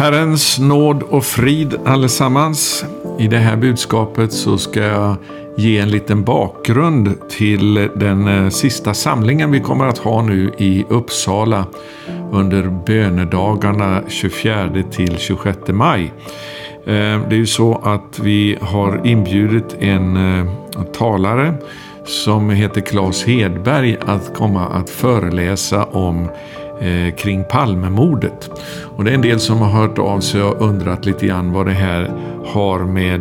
Herrens nåd och frid allesammans. I det här budskapet så ska jag ge en liten bakgrund till den sista samlingen vi kommer att ha nu i Uppsala under bönedagarna 24 till 26 maj. Det är ju så att vi har inbjudit en talare som heter Claes Hedberg att komma att föreläsa om kring Palmemordet. Och det är en del som har hört av sig och undrat lite grann vad det här har med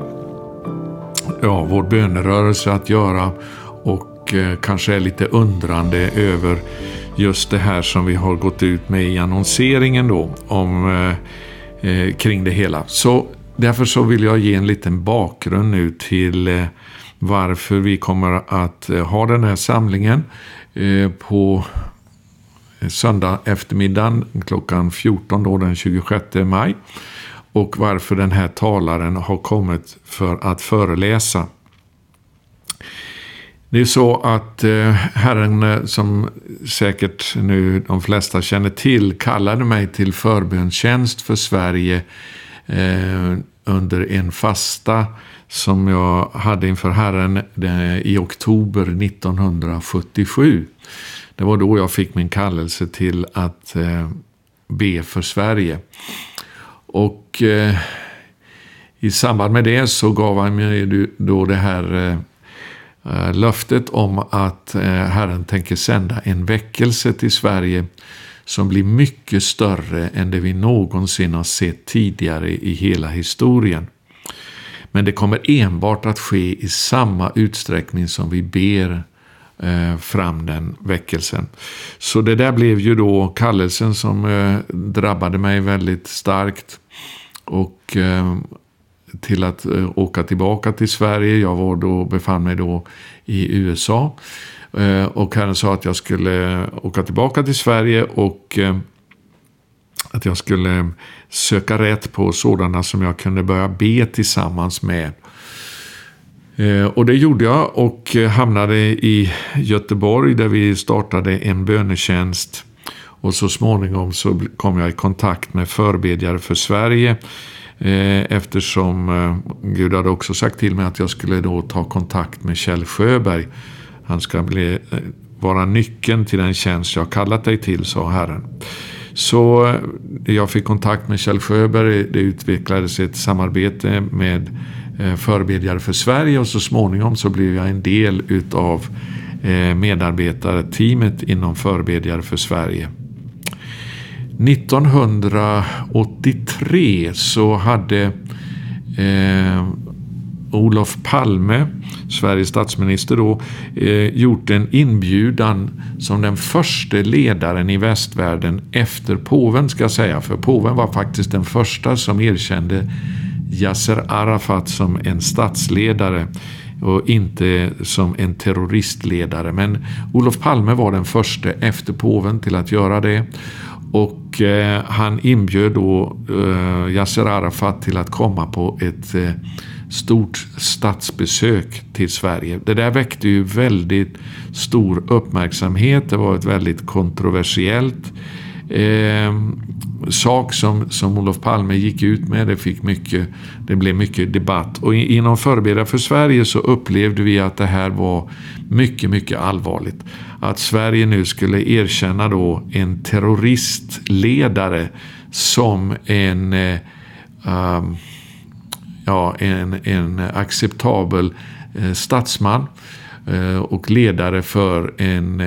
vår bönerörelse att göra, och kanske är lite undrande över just det här som vi har gått ut med i annonseringen då om kring det hela. Så därför så vill jag ge en liten bakgrund nu till varför vi kommer att ha den här samlingen på söndag eftermiddagen klockan 14 då den 26 maj, och varför den här talaren har kommit för att föreläsa. Det är så att Herren, som säkert nu de flesta känner till, kallade mig till förbönstjänst för Sverige under en fasta som jag hade inför Herren i oktober 1977. Det var då jag fick min kallelse till att be för Sverige. Och i samband med det så gav han mig då det här löftet om att Herren tänker sända en väckelse till Sverige som blir mycket större än det vi någonsin har sett tidigare i hela historien. Men det kommer enbart att ske i samma utsträckning som vi ber fram den väckelsen. Så det där blev ju då kallelsen som drabbade mig väldigt starkt, och till att åka tillbaka till Sverige. Jag befann mig då i USA, och Herren sa att jag skulle åka tillbaka till Sverige och att jag skulle söka rätt på sådana som jag kunde börja be tillsammans med. Och det gjorde jag och hamnade i Göteborg där vi startade en bönetjänst, och så småningom så kom jag i kontakt med förbedjare för Sverige, eftersom Gud hade också sagt till mig att jag skulle då ta kontakt med Kjell Sjöberg. Han ska vara nyckeln till den tjänst jag kallat dig till, sa Herren. Så jag fick kontakt med Kjell Sjöberg. Det utvecklades ett samarbete med förbedjare för Sverige, och så småningom så blev jag en del utav medarbetarteamet inom förbedjare för Sverige. 1983 så hade Olof Palme, Sveriges statsminister då, gjort en inbjudan som den första ledaren i västvärlden efter påven, ska jag säga, för påven var faktiskt den första som erkände Yasser Arafat som en statsledare och inte som en terroristledare. Men Olof Palme var den första efter påven till att göra det, och han inbjöd då Yasser Arafat till att komma på ett stort statsbesök till Sverige. Det där väckte ju väldigt stor uppmärksamhet. Det var ett väldigt kontroversiellt sak som Olof Palme gick ut med. Det blev mycket debatt, och inom förebedjare för Sverige så upplevde vi att det här var mycket, mycket allvarligt. Att Sverige nu skulle erkänna då en terroristledare som en acceptabel statsman och ledare för en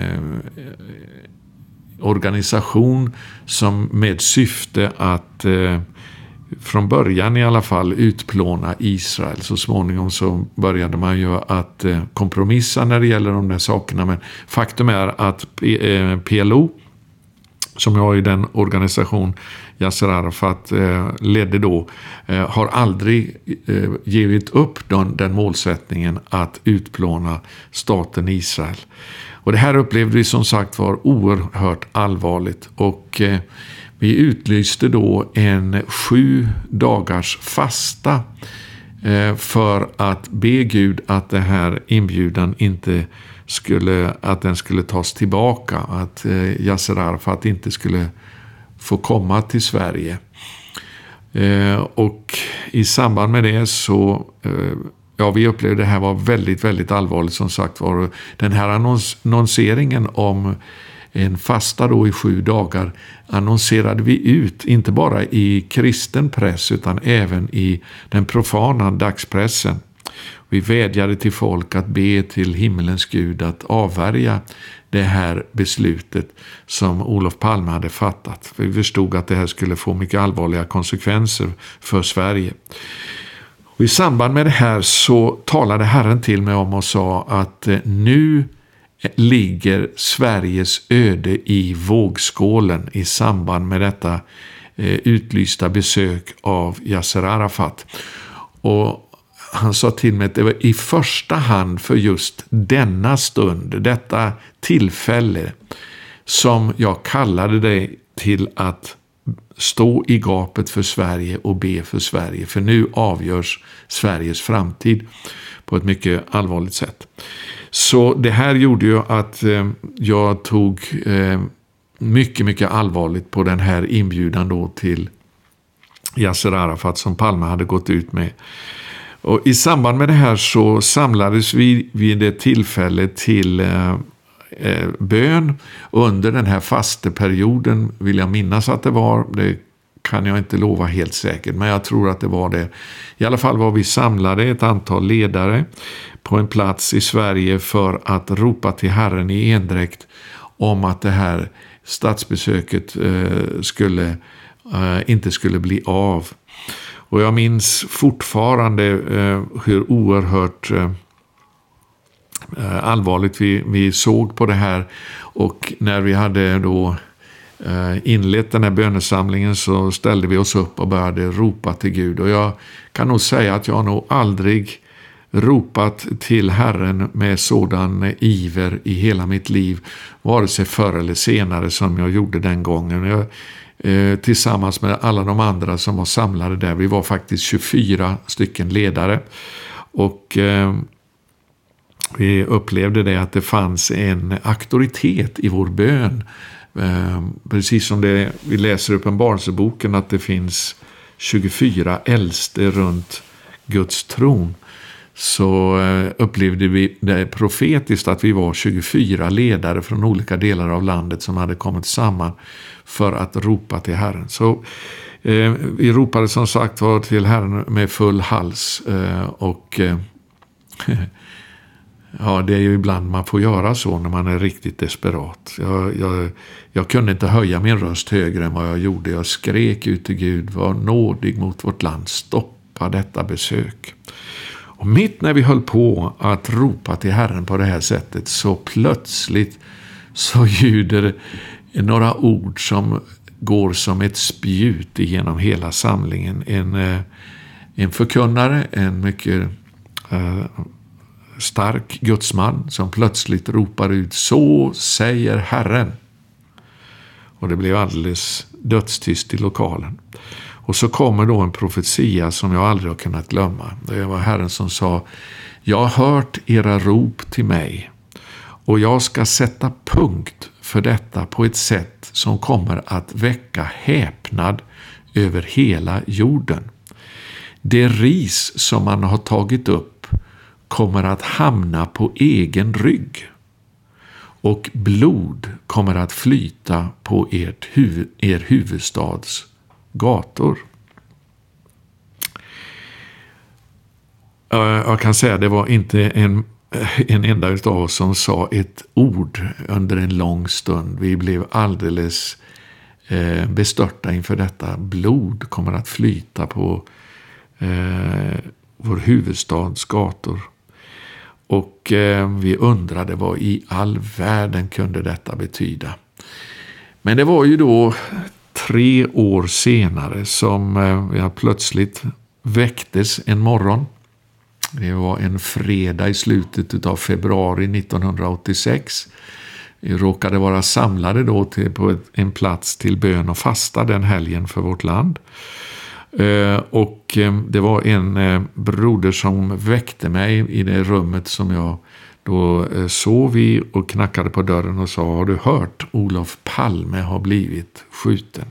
organisation som med syfte att från början i alla fall utplåna Israel. Så småningom så började man ju att kompromissa när det gäller de där sakerna, men faktum är att PLO, som jag i den organisation Yasser Arafat ledde då, har aldrig givit upp den målsättningen att utplåna staten Israel. Och det här upplevde vi som sagt var oerhört allvarligt, och vi utlyste då en 7 dagars fasta för att be Gud att det här inbjudan att den skulle tas tillbaka, att Yasser Arafat inte skulle få komma till Sverige. Och i samband med det så vi upplevde det här var väldigt, väldigt allvarligt som sagt var. Den här annonseringen om en fasta då i 7 dagar annonserade vi ut, inte bara i kristen press utan även i den profana dagspressen. Vi vädjade till folk att be till himmelens Gud att avvärja det här beslutet som Olof Palme hade fattat. Vi förstod att det här skulle få mycket allvarliga konsekvenser för Sverige. Och i samband med det här så talade Herren till mig om och sa att nu ligger Sveriges öde i vågskålen i samband med detta utlysta besök av Yasser Arafat. Och han sa till mig att det var i första hand för just denna stund, detta tillfälle, som jag kallade dig till att stå i gapet för Sverige och be för Sverige. För nu avgörs Sveriges framtid på ett mycket allvarligt sätt. Så det här gjorde ju att jag tog mycket, mycket allvarligt på den här inbjudan då till Yasser Arafat som Palme hade gått ut med. Och i samband med det här så samlades vi vid ett tillfälle till bön under den här fasteperioden, vill jag minnas att det var. Det kan jag inte lova helt säkert, men jag tror att det var det. I alla fall var vi samlade ett antal ledare på en plats i Sverige för att ropa till Herren i endräkt om att det här statsbesöket inte skulle bli av. Och jag minns fortfarande hur oerhört allvarligt vi såg på det här. Och när vi hade då inlett den här bönesamlingen så ställde vi oss upp och började ropa till Gud. Och jag kan nog säga att jag nog aldrig ropat till Herren med sådan iver i hela mitt liv, vare sig förr eller senare, som jag gjorde den gången. Tillsammans med alla de andra som var samlade där. Vi var faktiskt 24 stycken ledare. Och vi upplevde det att det fanns en auktoritet i vår bön. Precis som vi läser upp Uppenbarelseboken att det finns 24 äldste runt Guds tron. Så upplevde vi det profetiskt att vi var 24 ledare från olika delar av landet som hade kommit samman för att ropa till Herren. Så vi ropade som sagt var till Herren med full hals och ja, det är ju ibland man får göra så när man är riktigt desperat. Jag kunde inte höja min röst högre än vad jag gjorde. Jag skrek ut till Gud, var nådig mot vårt land, stoppa detta besök. Och mitt när vi höll på att ropa till Herren på det här sättet så plötsligt så ljuder några ord som går som ett spjut genom hela samlingen. En förkunnare, en mycket stark gudsman som plötsligt ropar ut, så säger Herren. Och det blev alldeles dödstyst i lokalen. Och så kommer då en profetia som jag aldrig har kunnat glömma. Det var Herren som sa, jag har hört era rop till mig och jag ska sätta punkt för detta på ett sätt som kommer att väcka häpnad över hela jorden. Det ris som man har tagit upp kommer att hamna på egen rygg och blod kommer att flyta på er huvudstads gator. Jag kan säga att det var inte en enda av oss som sa ett ord under en lång stund. Vi blev alldeles bestörta inför detta. Blod kommer att flyta på vår huvudstads gator. Och vi undrade vad i all världen kunde detta betyda. Men det var ju då 3 år senare som jag plötsligt väcktes en morgon. Det var en fredag i slutet av februari 1986. Vi råkade vara samlade då på en plats till bön och fasta den helgen för vårt land. Och det var en broder som väckte mig i det rummet som jag då sov i och knackade på dörren och sa, har du hört? Olof Palme har blivit skjuten.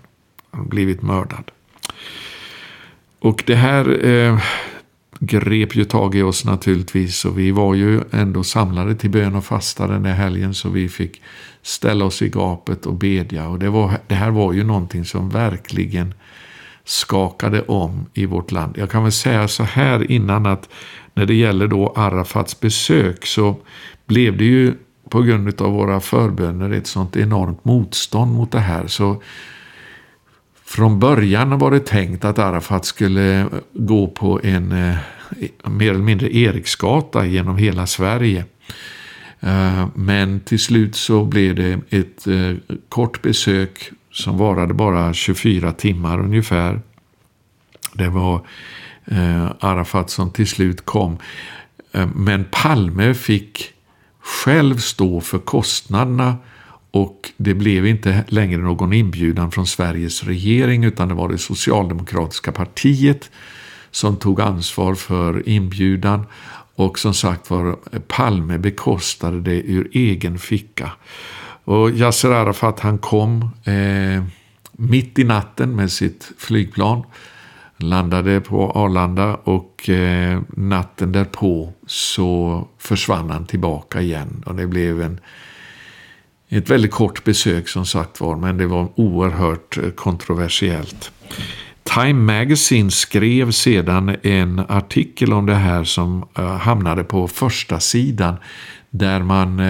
Han blivit mördad. Och det här grep ju tag i oss naturligtvis, och vi var ju ändå samlade till bön och fasta den där helgen, så vi fick ställa oss i gapet och bedja. Och det här var ju någonting som verkligen skakade om i vårt land. Jag kan väl säga så här innan, att när det gäller då Arafats besök, så blev det ju på grund av våra förböner ett sånt enormt motstånd mot det här. Så från början var det tänkt att Arafat skulle gå på en mer eller mindre Eriksgata genom hela Sverige. Men till slut så blev det ett kort besök som varade bara 24 timmar ungefär. Det var Arafat som till slut kom. Men Palme fick själv stå för kostnaderna, och det blev inte längre någon inbjudan från Sveriges regering, utan det var det socialdemokratiska partiet som tog ansvar för inbjudan. Och som sagt var, Palme bekostade det ur egen ficka. Och Yasser Arafat, han kom mitt i natten med sitt flygplan, landade på Arlanda, och natten därpå så försvann han tillbaka igen. Och det blev ett väldigt kort besök som sagt var, men det var oerhört kontroversiellt. Time Magazine skrev sedan en artikel om det här som hamnade på första sidan, där man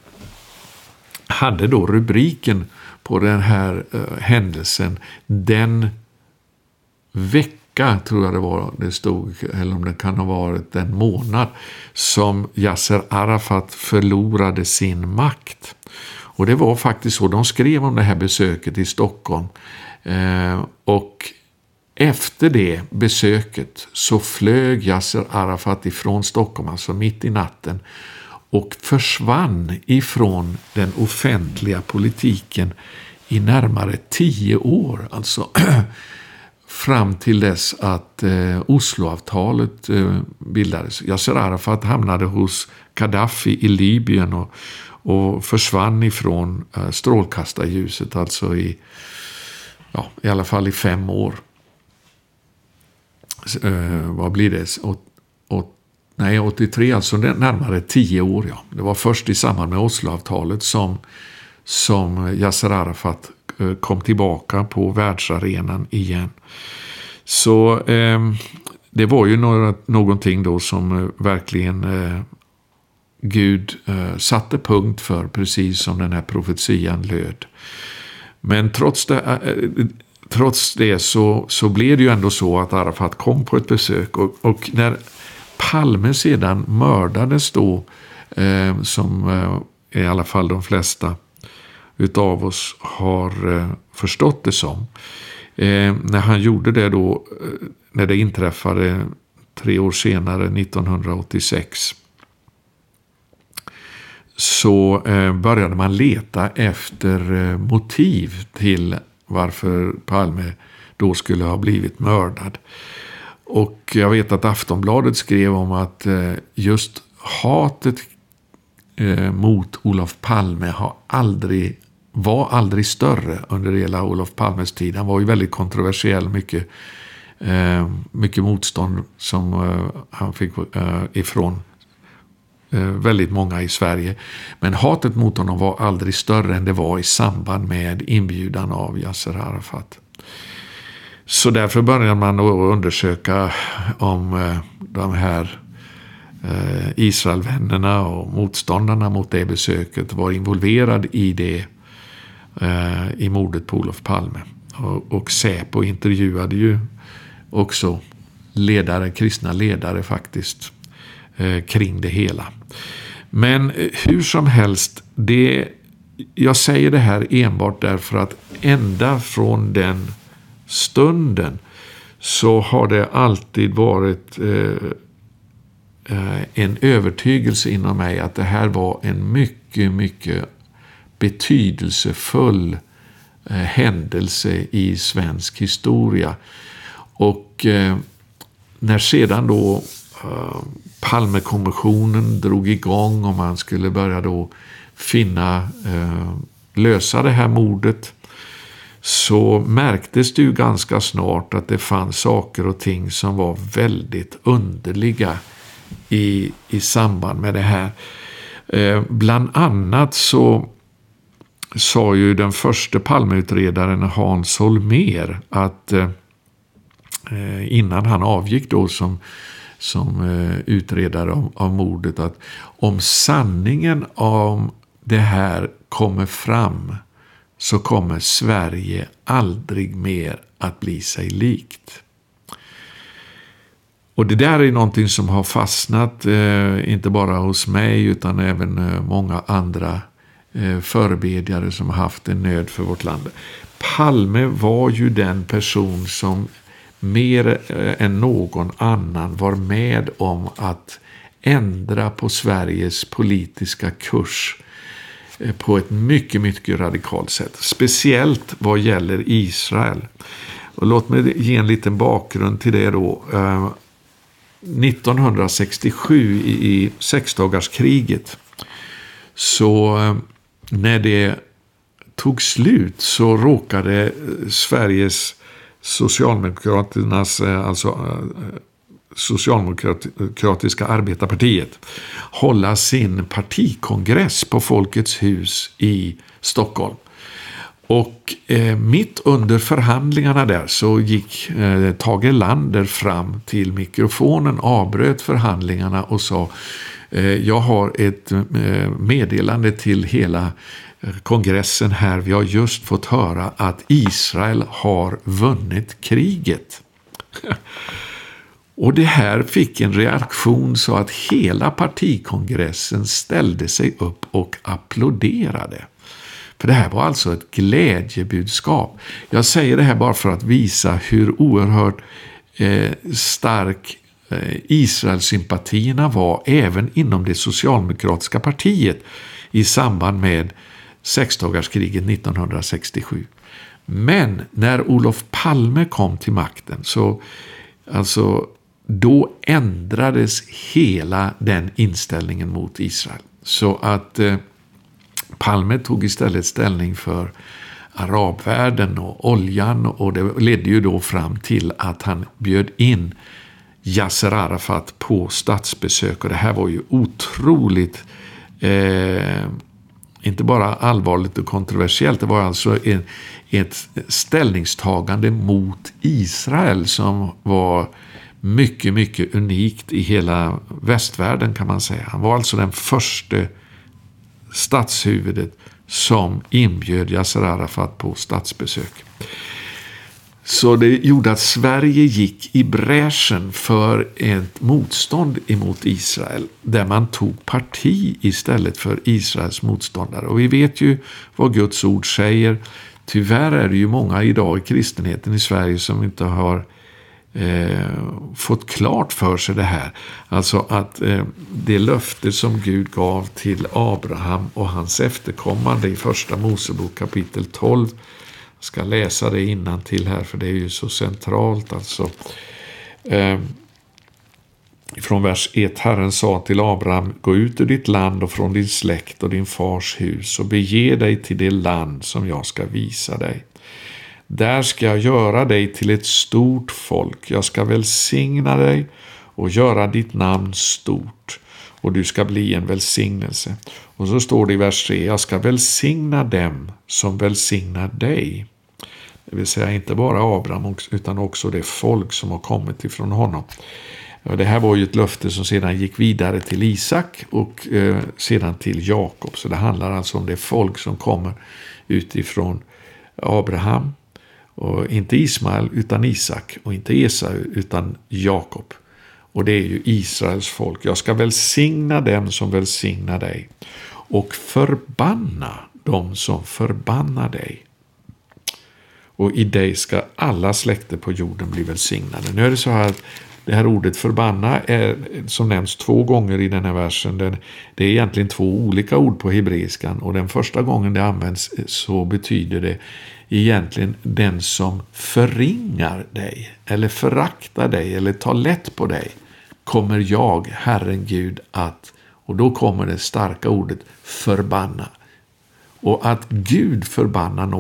hade då rubriken på den här händelsen: den vecka, tror jag det stod, eller om det kan ha varit en månad, som Yasser Arafat förlorade sin makt. Och det var faktiskt så de skrev om det här besöket i Stockholm. Och efter det besöket så flög Yasser Arafat ifrån Stockholm, alltså mitt i natten, och försvann ifrån den offentliga politiken i närmare 10 år. Alltså fram till dess att Osloavtalet bildades. Yasser Arafat hamnade hos Gaddafi i Libyen och försvann ifrån strålkastarljuset, alltså i alla fall i 5 år. Vad blir det? 83, alltså närmare 10 år. Ja. Det var först i samband med Osloavtalet som Yasser Arafat kom tillbaka på världsarenan igen. Så det var ju någonting då som verkligen Gud satte punkt för, precis som den här profetian löd. Men trots det så blev det ju ändå så att Arafat kom på ett besök, och när Palme sedan mördades då, som i alla fall de flesta utav oss har förstått det som, när han gjorde det då, när det inträffade 3 år senare, 1986, så började man leta efter motiv till varför Palme då skulle ha blivit mördad. Och jag vet att Aftonbladet skrev om att just hatet mot Olof Palme var aldrig större under hela Olof Palmes tid. Han var ju väldigt kontroversiell, mycket motstånd som han fick ifrån väldigt många i Sverige. Men hatet mot honom var aldrig större än det var i samband med inbjudan av Yasser Arafat. Så därför började man undersöka om de här Israelvännerna och motståndarna mot det besöket var involverad i mordet på Olof Palme. Och Säpo intervjuade ju också kristna ledare faktiskt kring det hela. Men hur som helst, jag säger det här enbart därför att ända från den stunden så har det alltid varit en övertygelse inom mig att det här var en mycket, mycket betydelsefull händelse i svensk historia. Och när sedan då Palmekommissionen drog igång och man skulle börja då lösa det här mordet, så märktes det ju ganska snart att det fanns saker och ting som var väldigt underliga i samband med det här. Bland annat så sa ju den första Palmeutredaren Hans Holmér att innan han avgick då som utredare av mordet, att om sanningen om det här kommer fram så kommer Sverige aldrig mer att bli sig likt. Och det där är någonting som har fastnat inte bara hos mig utan även många andra förebedjare som har haft en nöd för vårt land. Palme var ju den person som mer än någon annan var med om att ändra på Sveriges politiska kurs på ett mycket, mycket radikalt sätt. Speciellt vad gäller Israel. Och låt mig ge en liten bakgrund till det då. 1967 i sexdagarskriget, så när det tog slut så råkade Sveriges Socialdemokratiska arbetarpartiet hålla sin partikongress på Folkets hus i Stockholm. Och mitt under förhandlingarna där så gick Tage Erlander fram till mikrofonen, avbröt förhandlingarna och sa: jag har ett meddelande till hela kongressen här. Vi har just fått höra att Israel har vunnit kriget. Och det här fick en reaktion så att hela partikongressen ställde sig upp och applåderade. För det här var alltså ett glädjebudskap. Jag säger det här bara för att visa hur oerhört stark Israelsympatierna var även inom det socialdemokratiska partiet i samband med sexdagarskriget 1967. Men när Olof Palme kom till makten så då ändrades hela den inställningen mot Israel. Så att Palme tog istället ställning för arabvärlden och oljan, och det ledde ju då fram till att han bjöd in Yasser Arafat på statsbesök. Och det här var ju otroligt inte bara allvarligt och kontroversiellt, det var alltså ett ställningstagande mot Israel som var mycket, mycket unikt i hela västvärlden, kan man säga. Han var alltså den första statshuvudet som inbjöd Yasser Arafat på statsbesök. Så det gjorde att Sverige gick i bräschen för ett motstånd emot Israel, där man tog parti istället för Israels motståndare. Och vi vet ju vad Guds ord säger. Tyvärr är det ju många idag i kristenheten i Sverige som inte har fått klart för sig det här. Alltså att det löfte som Gud gav till Abraham och hans efterkommande i första Mosebok kapitel 12. Jag ska läsa det innantill här, för det är ju så centralt. Alltså, från vers 1: Herren sa till Abraham: gå ut ur ditt land och från din släkt och din fars hus och bege dig till det land som jag ska visa dig. Där ska jag göra dig till ett stort folk. Jag ska välsigna dig och göra ditt namn stort, och du ska bli en välsignelse. Och så står det i vers 3: jag ska välsigna dem som välsignar dig. Det vill säga inte bara Abraham utan också det folk som har kommit ifrån honom. Det här var ju ett löfte som sedan gick vidare till Isak och sedan till Jakob. Så det handlar alltså om det folk som kommer utifrån Abraham. Och inte Ismael utan Isak, och inte Esau utan Jakob. Och det är ju Israels folk. Jag ska välsigna dem som välsignar dig och förbanna dem som förbannar dig. Och i dig ska alla släkter på jorden bli välsignade. Nu är det så här att det här ordet förbanna är, som nämns 2 gånger i den här versen. Det är egentligen 2 olika ord på hebreiskan. Och den första gången det används så betyder det egentligen den som förringar dig eller föraktar dig eller tar lätt på dig, kommer jag, Herren Gud, att, och då kommer det starka ordet förbanna. Och att Gud förbannar någon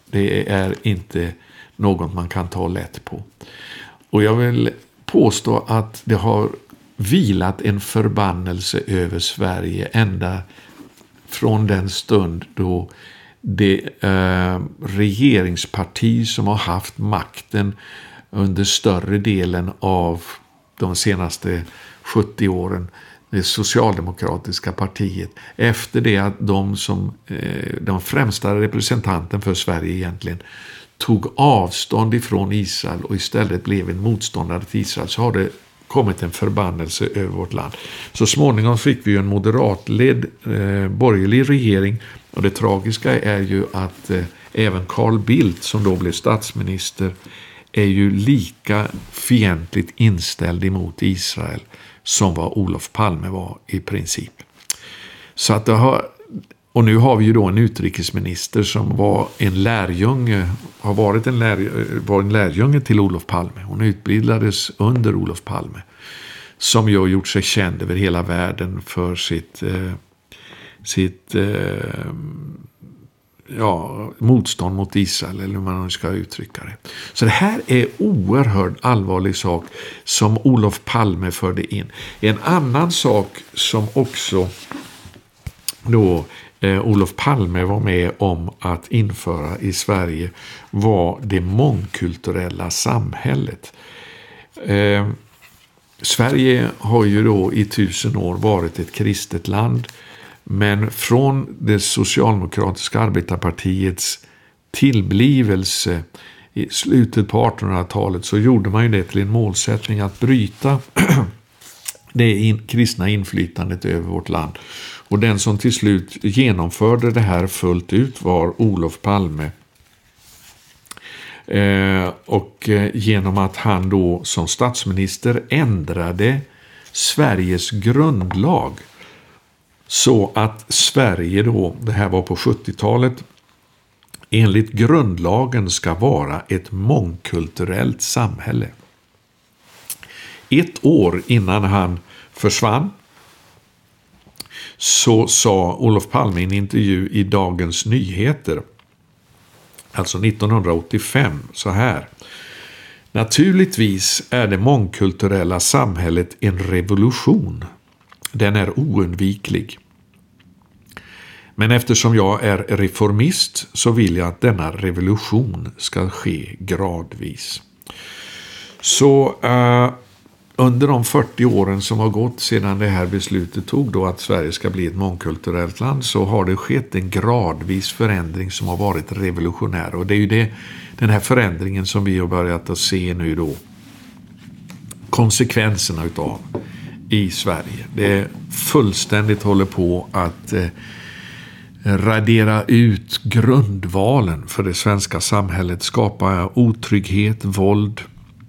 Det är inte något man kan ta lätt på. Och jag vill påstå att det har vilat en förbannelse över Sverige ända från den stund då det regeringsparti som har haft makten under större delen av de senaste 70 åren, det socialdemokratiska partiet, efter det att de främsta representanten för Sverige egentligen tog avstånd ifrån Israel och istället blev en motståndare till Israel, så har det kommit en förbannelse över vårt land. Så småningom fick vi ju en moderatledd borgerlig regering, och det tragiska är ju att även Carl Bildt, som då blev statsminister, är ju lika fientligt inställd emot Israel som vad Olof Palme var i princip. Så att och nu har vi ju då en utrikesminister som var en lärjunge, var en lärjunge till Olof Palme. Hon utbildades under Olof Palme, som ju har gjort sig känd över hela världen för sitt motstånd mot Israel, eller hur man ska uttrycka det. Så det här är oerhört allvarlig sak som Olof Palme förde in. En annan sak som också då Olof Palme var med om att införa i Sverige var det mångkulturella samhället. Sverige har ju då i 1000 år varit ett kristet land, men från det socialdemokratiska arbetarpartiets tillblivelse i slutet på 1800-talet så gjorde man ju det till en målsättning att bryta det kristna inflytandet över vårt land. Och den som till slut genomförde det här fullt ut var Olof Palme. Och genom att han då som statsminister ändrade Sveriges grundlag så att Sverige då, det här var på 70-talet, enligt grundlagen ska vara ett mångkulturellt samhälle. Ett år innan han försvann så sa Olof Palme i en intervju i Dagens Nyheter, alltså 1985, så här: naturligtvis är det mångkulturella samhället en revolution. Den är oundviklig. Men eftersom jag är reformist så vill jag att denna revolution ska ske gradvis. Så under de 40 åren som har gått sedan det här beslutet tog då att Sverige ska bli ett mångkulturellt land, så har det skett en gradvis förändring som har varit revolutionär. Och det är ju den här förändringen som vi har börjat att se nu då konsekvenserna utav i Sverige. Det fullständigt håller på att radera ut grundvalen för det svenska samhället, skapa otrygghet, våld.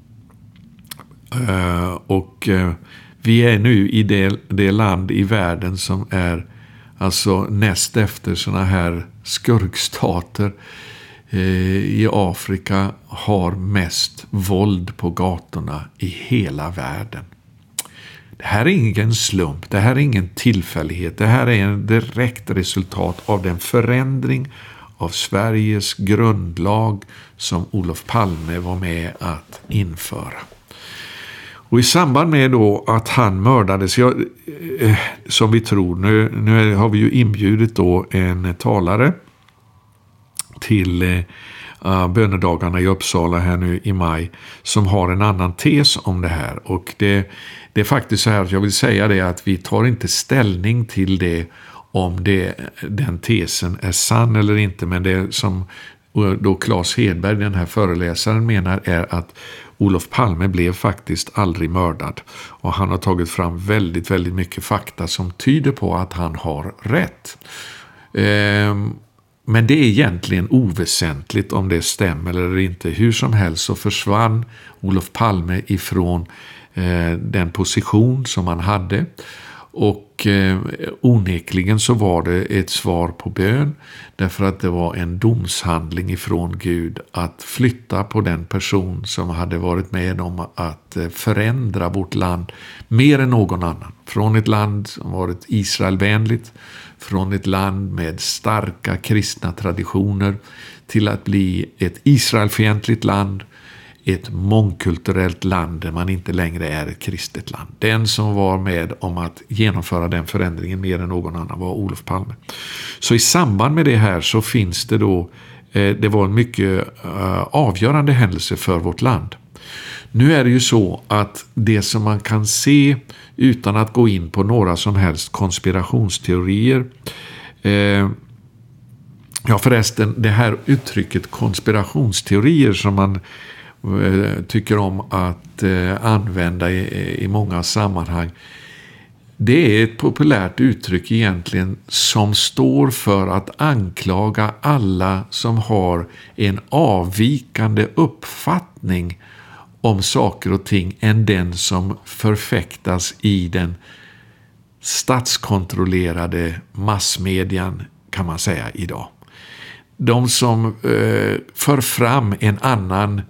Och vi är nu i det land i världen som är alltså näst efter såna här skurkstater i Afrika har mest våld på gatorna i hela världen. Det här är ingen slump, det här är ingen tillfällighet, det här är en direkt resultat av den förändring av Sveriges grundlag som Olof Palme var med att införa. Och i samband med då att han mördades, som vi tror, nu har vi ju inbjudit då en talare till bönedagarna i Uppsala här nu i maj, som har en annan tes om det här. Och det är faktiskt så här att jag vill säga det, att vi tar inte ställning till det om den tesen är sann eller inte, men det som då Claes Hedberg, den här föreläsaren, menar är att Olof Palme blev faktiskt aldrig mördad. Och han har tagit fram väldigt, väldigt mycket fakta som tyder på att han har rätt. Men det är egentligen oväsentligt om det stämmer eller inte. Hur som helst så försvann Olof Palme ifrån den position som han hade. Och onekligen så var det ett svar på bön, därför att det var en domshandling ifrån Gud att flytta på den person som hade varit med om att förändra vårt land mer än någon annan. Från ett land som varit Israelvänligt, från ett land med starka kristna traditioner till att bli ett Israelfientligt land, ett mångkulturellt land där man inte längre är ett kristet land. Den som var med om att genomföra den förändringen mer än någon annan var Olof Palme. Så i samband med det här så finns det då, det var en mycket avgörande händelse för vårt land. Nu är det ju så att det som man kan se utan att gå in på några som helst konspirationsteorier. Ja förresten, det här uttrycket konspirationsteorier som man tycker om att använda i många sammanhang. Det är ett populärt uttryck egentligen som står för att anklaga alla som har en avvikande uppfattning om saker och ting än den som förfäktas i den statskontrollerade massmedian kan man säga idag. De som för fram en annan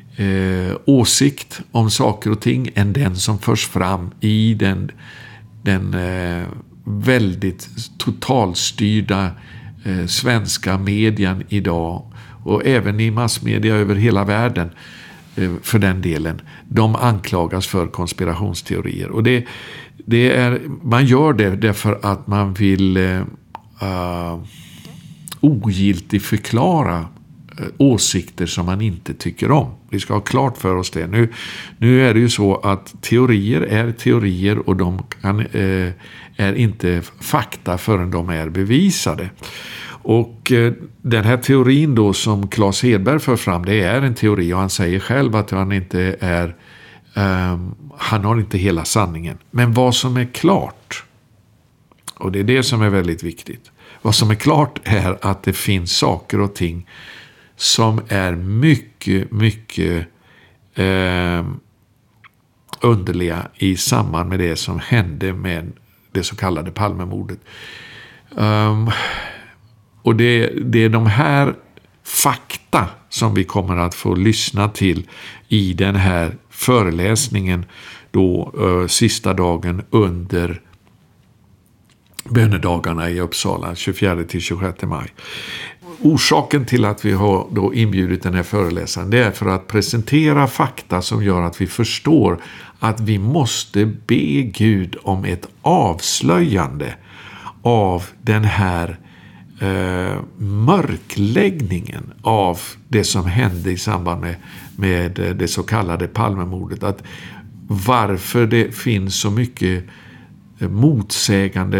åsikt om saker och ting än den som förs fram i den väldigt totalstyrda svenska medien idag och även i massmedia över hela världen för den delen. De anklagas för konspirationsteorier och det är, man gör det därför att man vill ogiltigt förklara åsikter som man inte tycker om. Vi ska ha klart för oss det. Nu är det ju så att teorier är teorier och de är inte fakta förrän de är bevisade. Och den här teorin då som Claes Hedberg för fram, det är en teori och han säger själv att han inte är han har inte hela sanningen. Men vad som är klart, och det är det som är väldigt viktigt, vad som är klart är att det finns saker och ting som är mycket, mycket underliga i samband med det som hände med det så kallade Palmemordet. Och det är de här fakta som vi kommer att få lyssna till i den här föreläsningen då sista dagen under bönedagarna i Uppsala 24-26 maj. Orsaken till att vi har då inbjudit den här föreläsaren, det är för att presentera fakta som gör att vi förstår att vi måste be Gud om ett avslöjande av den här mörkläggningen av det som hände i samband med det så kallade Palmemordet. Att varför det finns så mycket motsägande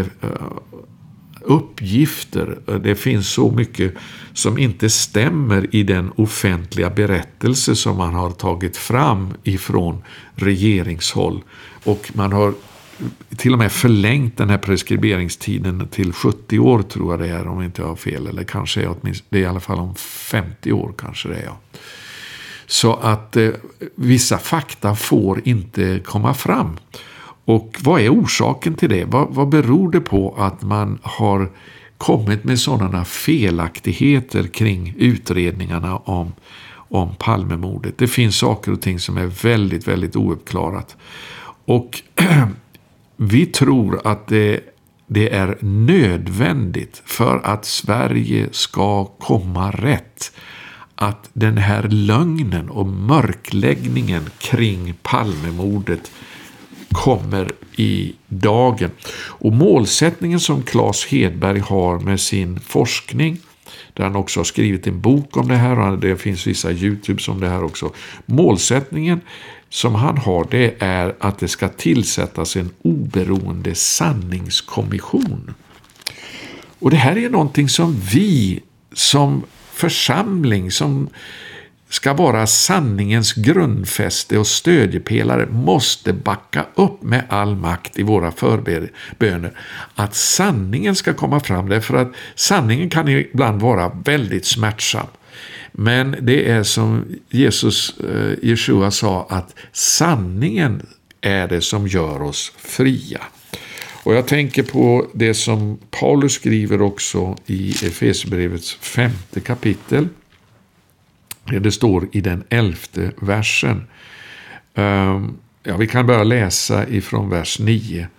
uppgifter. Det finns så mycket som inte stämmer i den offentliga berättelse som man har tagit fram ifrån regeringshåll. Och man har till och med förlängt den här preskriberingstiden till 70 år tror jag det är, om inte jag har fel. Eller kanske är det är i alla fall om 50 år kanske det är. Så att vissa fakta får inte komma fram. Och vad är orsaken till det? Vad beror det på att man har kommit med sådana felaktigheter kring utredningarna om Palmemordet? Det finns saker och ting som är väldigt, väldigt ouppklarat. Och vi tror att det är nödvändigt för att Sverige ska komma rätt att den här lögnen och mörkläggningen kring Palmemordet kommer i dagen. Och målsättningen som Claes Hedberg har med sin forskning, där han också har skrivit en bok om det här och det finns vissa YouTubes om det här också. Målsättningen som han har, det är att det ska tillsättas en oberoende sanningskommission. Och det här är någonting som vi som församling som ska vara sanningens grundfäste och stödjepelare måste backa upp med all makt i våra förböner. Att sanningen ska komma fram, därför att sanningen kan ibland vara väldigt smärtsam. Men det är som Jeshua sa, att sanningen är det som gör oss fria. Och jag tänker på det som Paulus skriver också i Efesierbrevets 5:e kapitel. Det står i den 11:e versen. Vi kan börja läsa ifrån vers 9.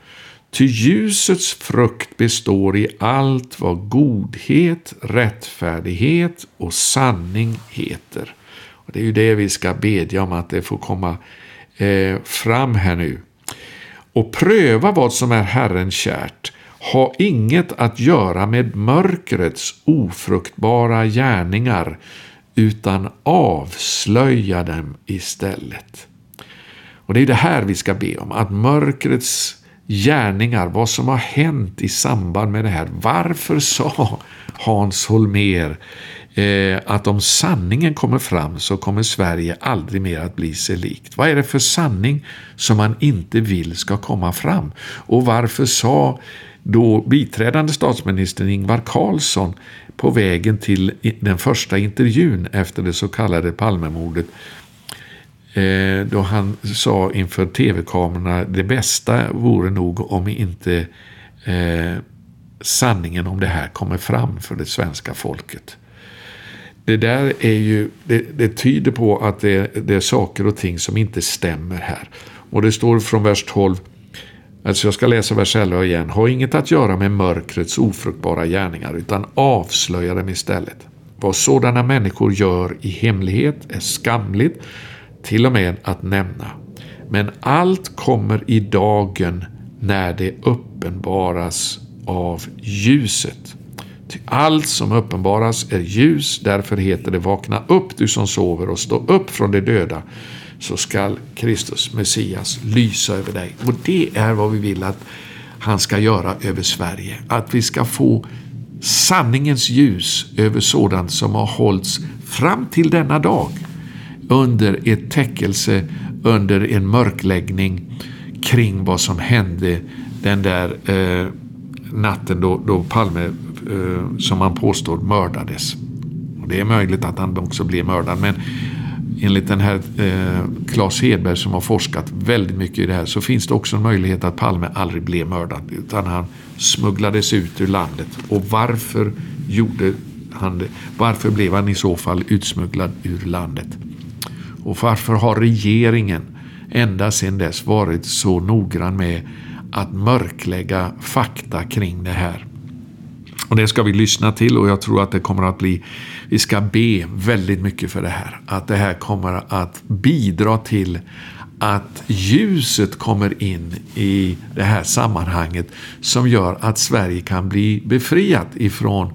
Ty ljusets frukt består i allt vad godhet, rättfärdighet och sanning heter. Och det är ju det vi ska bedja om, att det får komma fram här nu. Och pröva vad som är Herren kärt. Ha inget att göra med mörkrets ofruktbara gärningar, utan avslöja dem istället. Och det är det här vi ska be om, att mörkrets gärningar, vad som har hänt i samband med det här. Varför sa Hans Holmér att om sanningen kommer fram så kommer Sverige aldrig mer att bli sig likt? Vad är det för sanning som man inte vill ska komma fram? Och varför sa då biträdande statsministern Ingvar Carlsson på vägen till den första intervjun efter det så kallade Palmemordet, då han sa inför tv-kamerorna, det bästa vore nog om inte sanningen om det här kommer fram för det svenska folket. Det där är ju, det tyder på att det är saker och ting som inte stämmer här. Och det står från vers 12, alltså jag ska läsa vers 11 igen. Ha inget att göra med mörkrets ofruktbara gärningar, utan avslöja dem istället. Vad sådana människor gör i hemlighet är skamligt, till och med att nämna. Men allt kommer i dagen när det uppenbaras av ljuset. Till allt som uppenbaras är ljus, därför heter det: vakna upp du som sover och stå upp från de döda, så skall Kristus Messias lysa över dig. Och det är vad vi vill att han ska göra över Sverige. Att vi ska få sanningens ljus över sådant som har hållits fram till denna dag under ett täckelse, under en mörkläggning kring vad som hände den där natten då Palme, som man påstår, mördades. Och det är möjligt att han också blev mördad, men enligt den här Claes Hedberg som har forskat väldigt mycket i det här, så finns det också en möjlighet att Palme aldrig blev mördad, utan han smugglades ut ur landet. Och varför gjorde han det? Varför blev han i så fall utsmugglad ur landet? Och varför har regeringen ända sedan dess varit så noggrann med att mörklägga fakta kring det här? Och det ska vi lyssna till, och jag tror att det kommer att bli, vi ska be väldigt mycket för det här. Att det här kommer att bidra till att ljuset kommer in i det här sammanhanget, som gör att Sverige kan bli befriat ifrån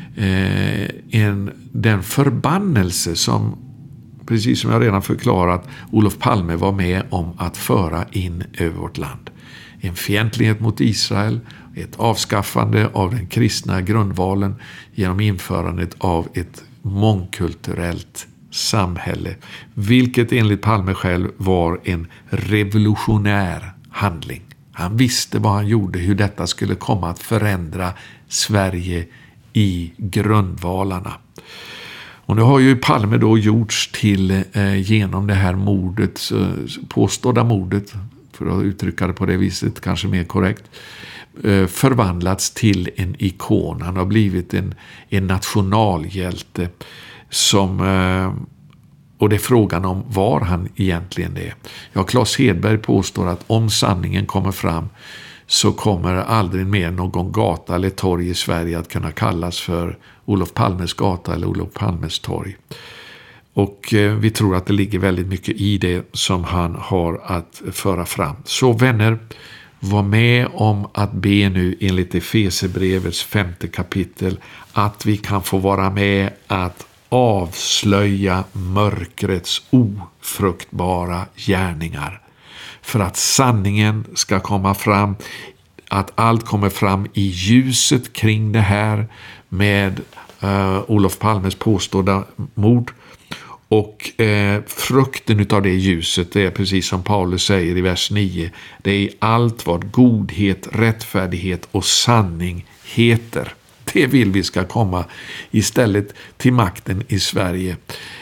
den förbannelse som, precis som jag redan förklarat, Olof Palme var med om att föra in över vårt land. En fientlighet mot Israel, ett avskaffande av den kristna grundvalen genom införandet av ett mångkulturellt samhälle, vilket enligt Palme själv var en revolutionär handling. Han visste vad han gjorde, hur detta skulle komma att förändra Sverige i grundvalarna. Och nu har ju Palme då gjorts till, genom det här mordet, påstådda mordet, för att uttrycka det på det viset kanske mer korrekt, förvandlats till en ikon. Han har blivit en nationalhjälte som, och det är frågan om var han egentligen är. Ja, Claes Hedberg påstår att om sanningen kommer fram så kommer aldrig mer någon gata eller torg i Sverige att kunna kallas för Olof Palmes gata eller Olof Palmes torg. Och vi tror att det ligger väldigt mycket i det som han har att föra fram. Så vänner, var med om att be nu enligt Efeserbrevets 5:e kapitel, att vi kan få vara med att avslöja mörkrets ofruktbara gärningar. För att sanningen ska komma fram, att allt kommer fram i ljuset kring det här med Olof Palmes påstådda mord. Och frukten av det ljuset, det är precis som Paulus säger i vers 9. Det är allt vad godhet, rättfärdighet och sanning heter. Det vill vi ska komma istället till makten i Sverige.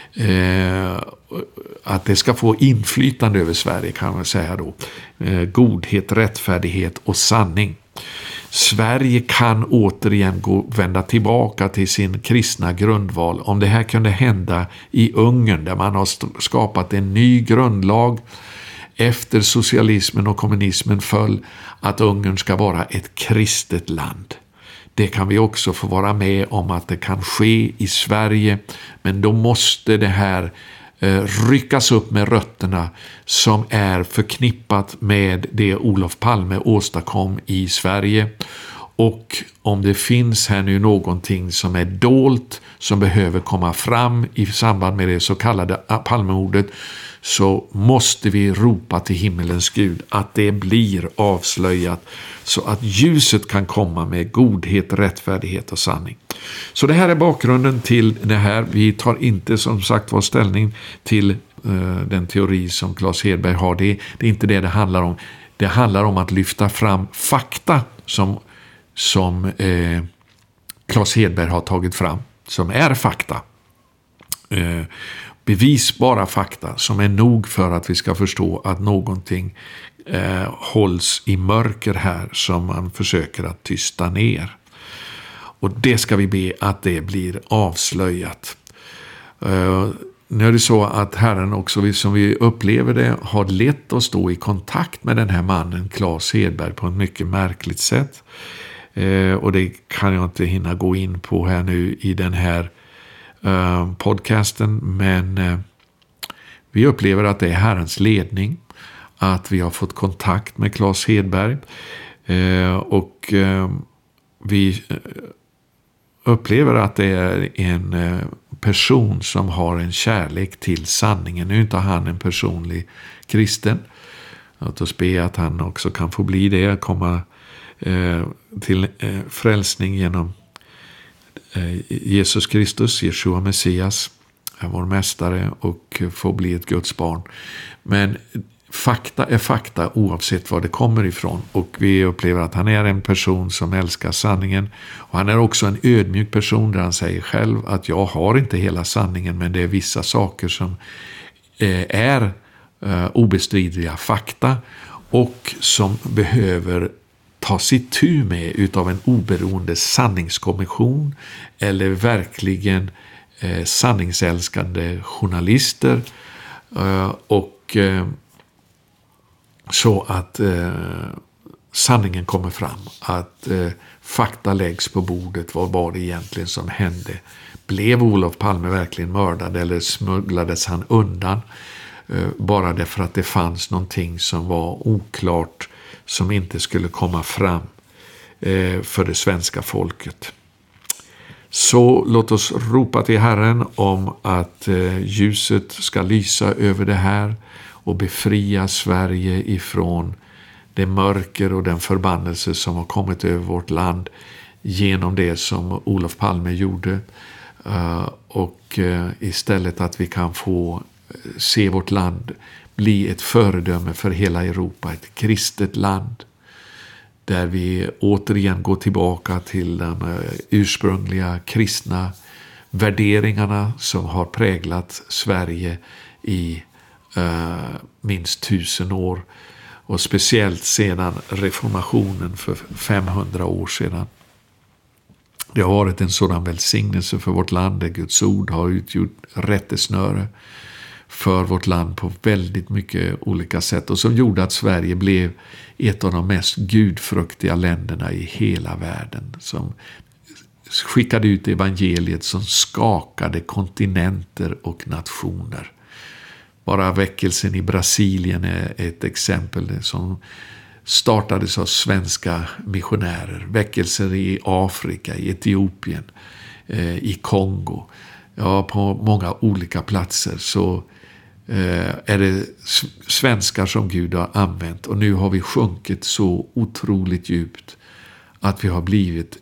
Att det ska få inflytande över Sverige, kan man säga då. Godhet, rättfärdighet och sanning. Sverige kan återigen vända tillbaka till sin kristna grundval. Om det här kunde hända i Ungern, där man har skapat en ny grundlag, efter socialismen och kommunismen föll, att Ungern ska vara ett kristet land. Det kan vi också få vara med om att det kan ske i Sverige, men då måste det här ryckas upp med rötterna som är förknippat med det Olof Palme åstadkom i Sverige. Och om det finns här nu någonting som är dolt, som behöver komma fram i samband med det så kallade Palmemordet, så måste vi ropa till himmelens Gud att det blir avslöjat, så att ljuset kan komma med godhet, rättfärdighet och sanning. Så det här är bakgrunden till det här. Vi tar inte som sagt var ställning till den teori som Claes Hedberg har. Det är inte det handlar om. Det handlar om att lyfta fram fakta som Claes Hedberg har tagit fram, som är fakta. Bevisbara fakta som är nog för att vi ska förstå att någonting hålls i mörker här som man försöker att tysta ner. Och det ska vi be att det blir avslöjat. Nu är det så att Herren också, som vi upplever det, har lett oss då i kontakt med den här mannen Claes Hedberg på ett mycket märkligt sätt. Och det kan jag inte hinna gå in på här nu i den här podcasten, men vi upplever att det är Herrens ledning att vi har fått kontakt med Claes Hedberg, och vi upplever att det är en person som har en kärlek till sanningen. Nu är inte han en personlig kristen. Låt oss be att han också kan få bli det, komma till frälsning genom Jesus Kristus, Jeshua Messias, är vår mästare, och få bli ett Guds barn. Men fakta är fakta oavsett var det kommer ifrån, och vi upplever att han är en person som älskar sanningen, och han är också en ödmjuk person där han säger själv att jag har inte hela sanningen, men det är vissa saker som är obestridliga fakta och som behöver ta sitt tur med utav en oberoende sanningskommission eller verkligen sanningsälskande journalister, och så att sanningen kommer fram, att fakta läggs på bordet. Vad var det egentligen som hände? Blev Olof Palme verkligen mördad, eller smugglades han undan bara därför att det fanns någonting som var oklart, som inte skulle komma fram för det svenska folket? Så låt oss ropa till Herren om att ljuset ska lysa över det här och befria Sverige ifrån det mörker och den förbannelse som har kommit över vårt land genom det som Olof Palme gjorde, och istället att vi kan få se vårt land bli ett föredöme för hela Europa, ett kristet land där vi återigen går tillbaka till de ursprungliga kristna värderingarna som har präglat Sverige i minst 1000 år, och speciellt sedan reformationen för 500 år sedan. Det har varit en sådan välsignelse för vårt land, där Guds ord har utgjort rättesnöre för vårt land på väldigt mycket olika sätt, och som gjorde att Sverige blev ett av de mest gudfruktiga länderna i hela världen, som skickade ut evangeliet som skakade kontinenter och nationer. Bara väckelsen i Brasilien är ett exempel som startades av svenska missionärer. Väckelser i Afrika, i Etiopien, i Kongo. Ja, på många olika platser så är det svenskar som Gud har använt. Och nu har vi sjunkit så otroligt djupt att vi har blivit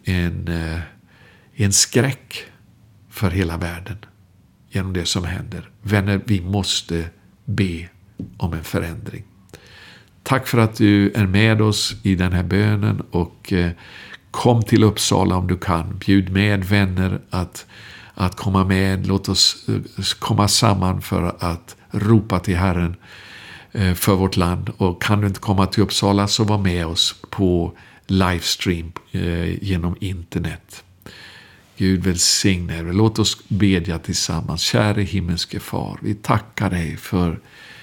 en skräck för hela världen genom det som händer. Vänner, vi måste be om en förändring. Tack för att du är med oss i den här bönen, och kom till Uppsala om du kan. Bjud med vänner att komma med. Låt oss komma samman för att ropa till Herren för vårt land. Och kan du inte komma till Uppsala, så var med oss på livestream genom internet. Gud välsigne er. Låt oss bedja tillsammans. Käre himmelske far, vi tackar dig för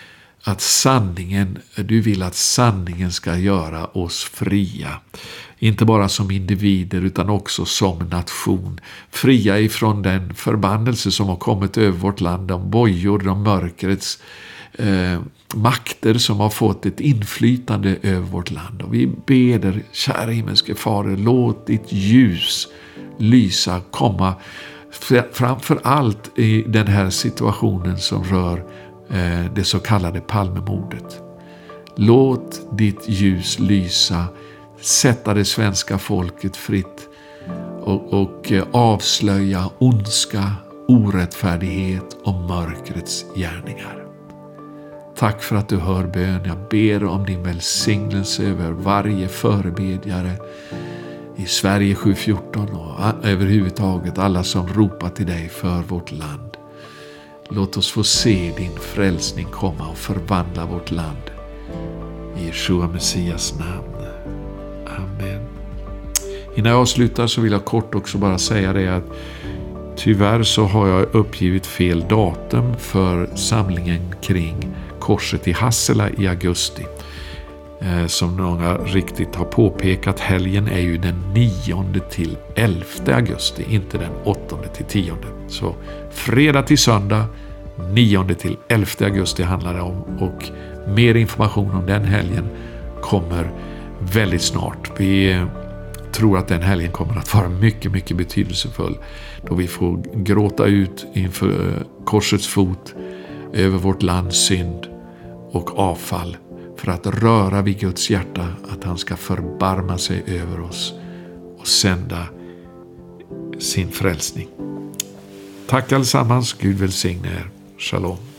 du vill att sanningen ska göra oss fria. Inte bara som individer utan också som nation. Fria ifrån den förbannelse som har kommit över vårt land. De bojor, de mörkrets makter som har fått ett inflytande över vårt land. Och vi ber, kära himmelske Fader, låt ditt ljus lysa, komma framför allt i den här situationen som rör det så kallade Palmemordet. Låt ditt ljus lysa, sätta det svenska folket fritt och avslöja ondska, orättfärdighet och mörkrets gärningar. Tack för att du hör bön. Jag ber om din välsignelse över varje förebedjare i Sverige 714 och överhuvudtaget alla som ropar till dig för vårt land. Låt oss få se din frälsning komma och förvandla vårt land. I Jeshua Messias namn. Amen. Innan jag avslutar så vill jag kort också bara säga det att tyvärr så har jag uppgivit fel datum för samlingen kring korset i Hassela i augusti. Som några riktigt har påpekat, helgen är ju den 9 till 11 augusti, inte den 8 till 10. Så fredag till söndag, 9 till 11 augusti handlar det om, och mer information om den helgen kommer väldigt snart. Vi tror att den helgen kommer att vara mycket, mycket betydelsefull, då vi får gråta ut inför korsets fot över vårt lands synd och avfall, för att röra vid Guds hjärta att han ska förbarma sig över oss och sända sin frälsning. Tack allesammans, Gud välsigne er. Shalom.